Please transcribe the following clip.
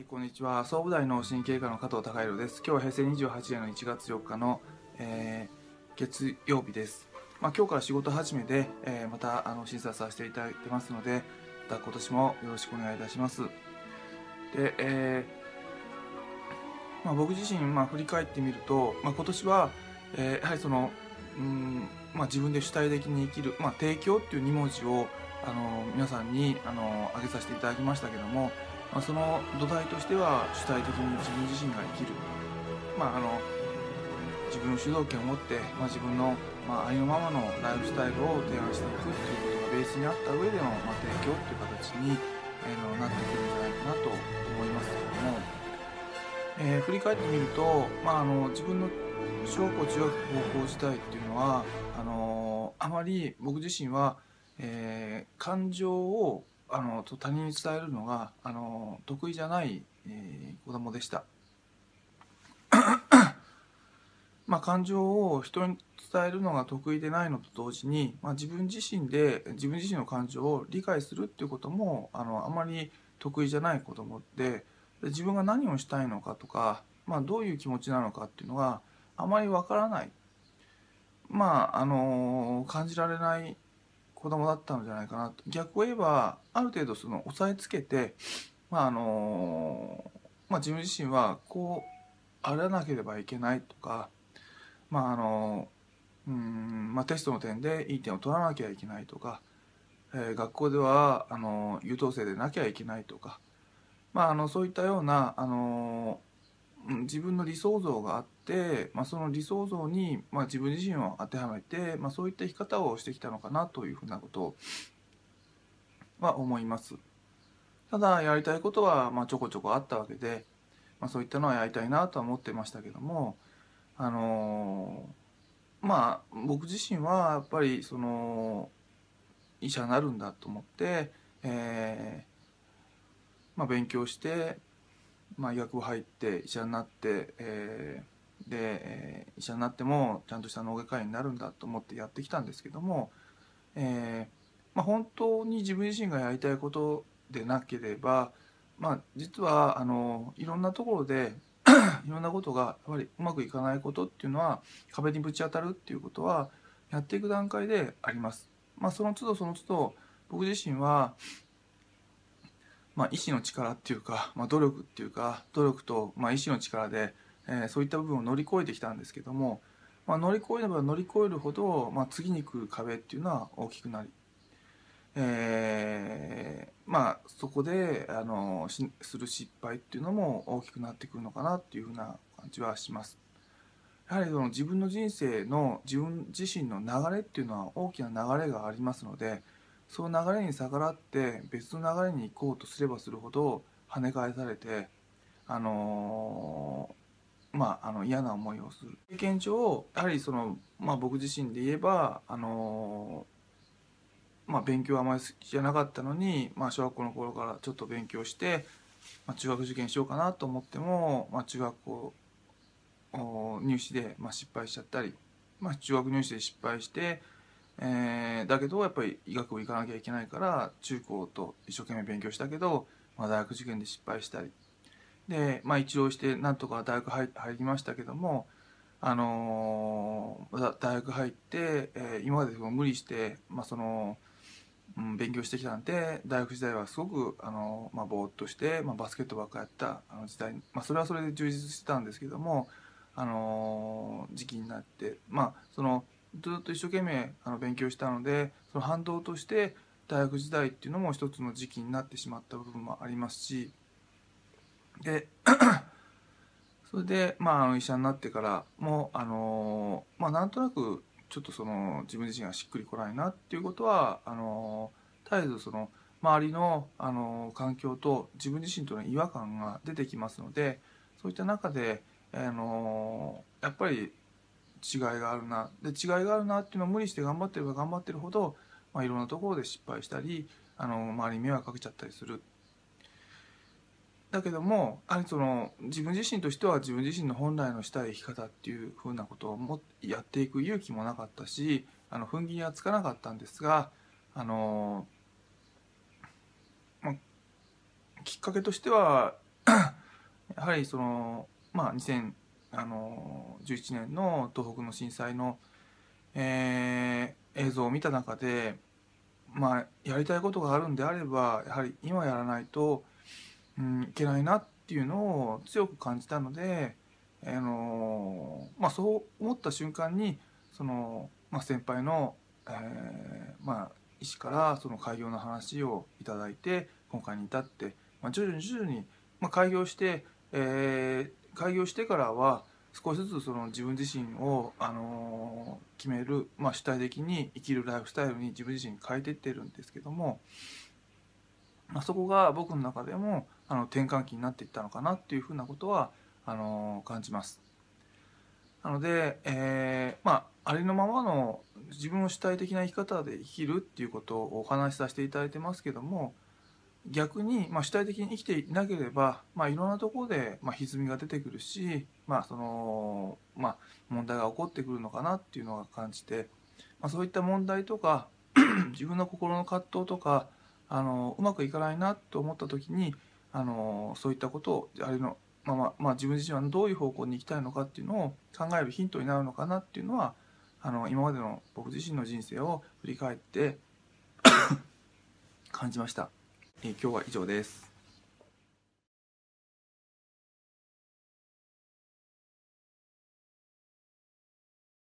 こんにちは。総武大の神経科の加藤孝弘です。今日は平成28年の1月4日の、月曜日です。今日から仕事始めで、また審査させていただいてますので、また今年もよろしくお願いいたします。で、僕自身、振り返ってみると、今年は、やはり自分で主体的に生きる、提供っていう2文字を皆さんに挙げさせていただきましたけども、その土台としては主体的に自分自身が生きる、自分主導権を持って、自分の、ありのままのライフスタイルを提案していくっていうことがベースにあった上での、提供っていう形に、なってくるんじゃないかなと思いますけども、振り返ってみると、自分の小学校中学高校時代っていうのはあまり僕自身は、感情を他人に伝えるのが得意じゃない、子供でした。感情を人に伝えるのが得意でないのと同時に、自分自身の感情を理解するっていうこともあまり得意じゃない子供で、自分が何をしたいのかとか、どういう気持ちなのかっていうのがあまりわからない、感じられない子供だったのじゃないかなと。逆を言えばある程度押さえつけて、自分自身はこうあらなければいけないとか、テストの点でいい点を取らなきゃいけないとか、学校では優等生でなきゃいけないとか、そういったような自分の理想像があって、その理想像に、自分自身を当てはめて、そういった生き方をしてきたのかなというふうなことは思います。ただやりたいことはちょこちょこあったわけで、そういったのはやりたいなとは思ってましたけども、僕自身はやっぱり医者になるんだと思って、勉強して、医学部入って医者になって、医者になってもちゃんとした脳外科医になるんだと思ってやってきたんですけども、本当に自分自身がやりたいことでなければ、実はいろんなところでいろんなことがやっぱりうまくいかないことっていうのは、壁にぶち当たるっていうことはやっていく段階であります。その都度その都度僕自身は、意志の力っていうか、努力っていうか、努力と、意志の力で、そういった部分を乗り越えてきたんですけども、乗り越えれば乗り越えるほど、次に来る壁っていうのは大きくなり、そこでする失敗っていうのも大きくなってくるのかなっていうふうな感じはします。やはり自分の人生の自分自身の流れっていうのは大きな流れがありますので、その流れに逆らって別の流れに行こうとすればするほど跳ね返されて、嫌な思いをする経験上、やはり僕自身で言えば勉強はあまり好きじゃなかったのに、小学校の頃からちょっと勉強して、中学受験しようかなと思っても、中学校入試で失敗しちゃったり、中学入試で失敗して、だけどやっぱり医学部行かなきゃいけないから中高と一生懸命勉強したけど、大学受験で失敗したりで、一浪してなんとか大学入りましたけども、大学入って、今まで無理して、勉強してきたんで、大学時代はすごくぼーっとして、バスケットばっかやった時代、それはそれで充実してたんですけども、時期になって、ずっと一生懸命勉強したので、その反動として大学時代っていうのも一つの時期になってしまった部分もありますし、でそれで、医者になってからもなんとなくちょっと自分自身がしっくりこないなっていうことは絶えず周りの環境と自分自身との違和感が出てきますので、そういった中でやっぱり違いがあるな、で違いがあるなっていうのを無理して頑張ってれば頑張ってるほど、いろんなところで失敗したり周りに迷惑かけちゃったりする。だけどもやはり自分自身としては自分自身の本来のしたい生き方っていうふうなことをやっていく勇気もなかったし、踏ん切りはつかなかったんですが、あの、まあ、きっかけとしてはやはりその、2011年の東北の震災の、映像を見た中で、やりたいことがあるんであればやはり今やらないと、いけないなっていうのを強く感じたので、そう思った瞬間にその、先輩の、医師からその開業の話をいただいて今回に至って、徐々に、開業して、開業してからは少しずつその自分自身を、決める、主体的に生きるライフスタイルに自分自身変えていってるんですけども、そこが僕の中でも転換期になっていったのかなっていうふうなことは感じます。なので、ありのままの自分を主体的な生き方で生きるっていうことをお話しさせていただいてますけども、逆に、主体的に生きていなければ、いろんなところで、歪みが出てくるし、問題が起こってくるのかなっていうのが感じて、そういった問題とか自分の心の葛藤とかうまくいかないなと思った時にそういったことを自分自身はどういう方向に行きたいのかっていうのを考えるヒントになるのかなっていうのは今までの僕自身の人生を振り返って感じました。今日は以上です。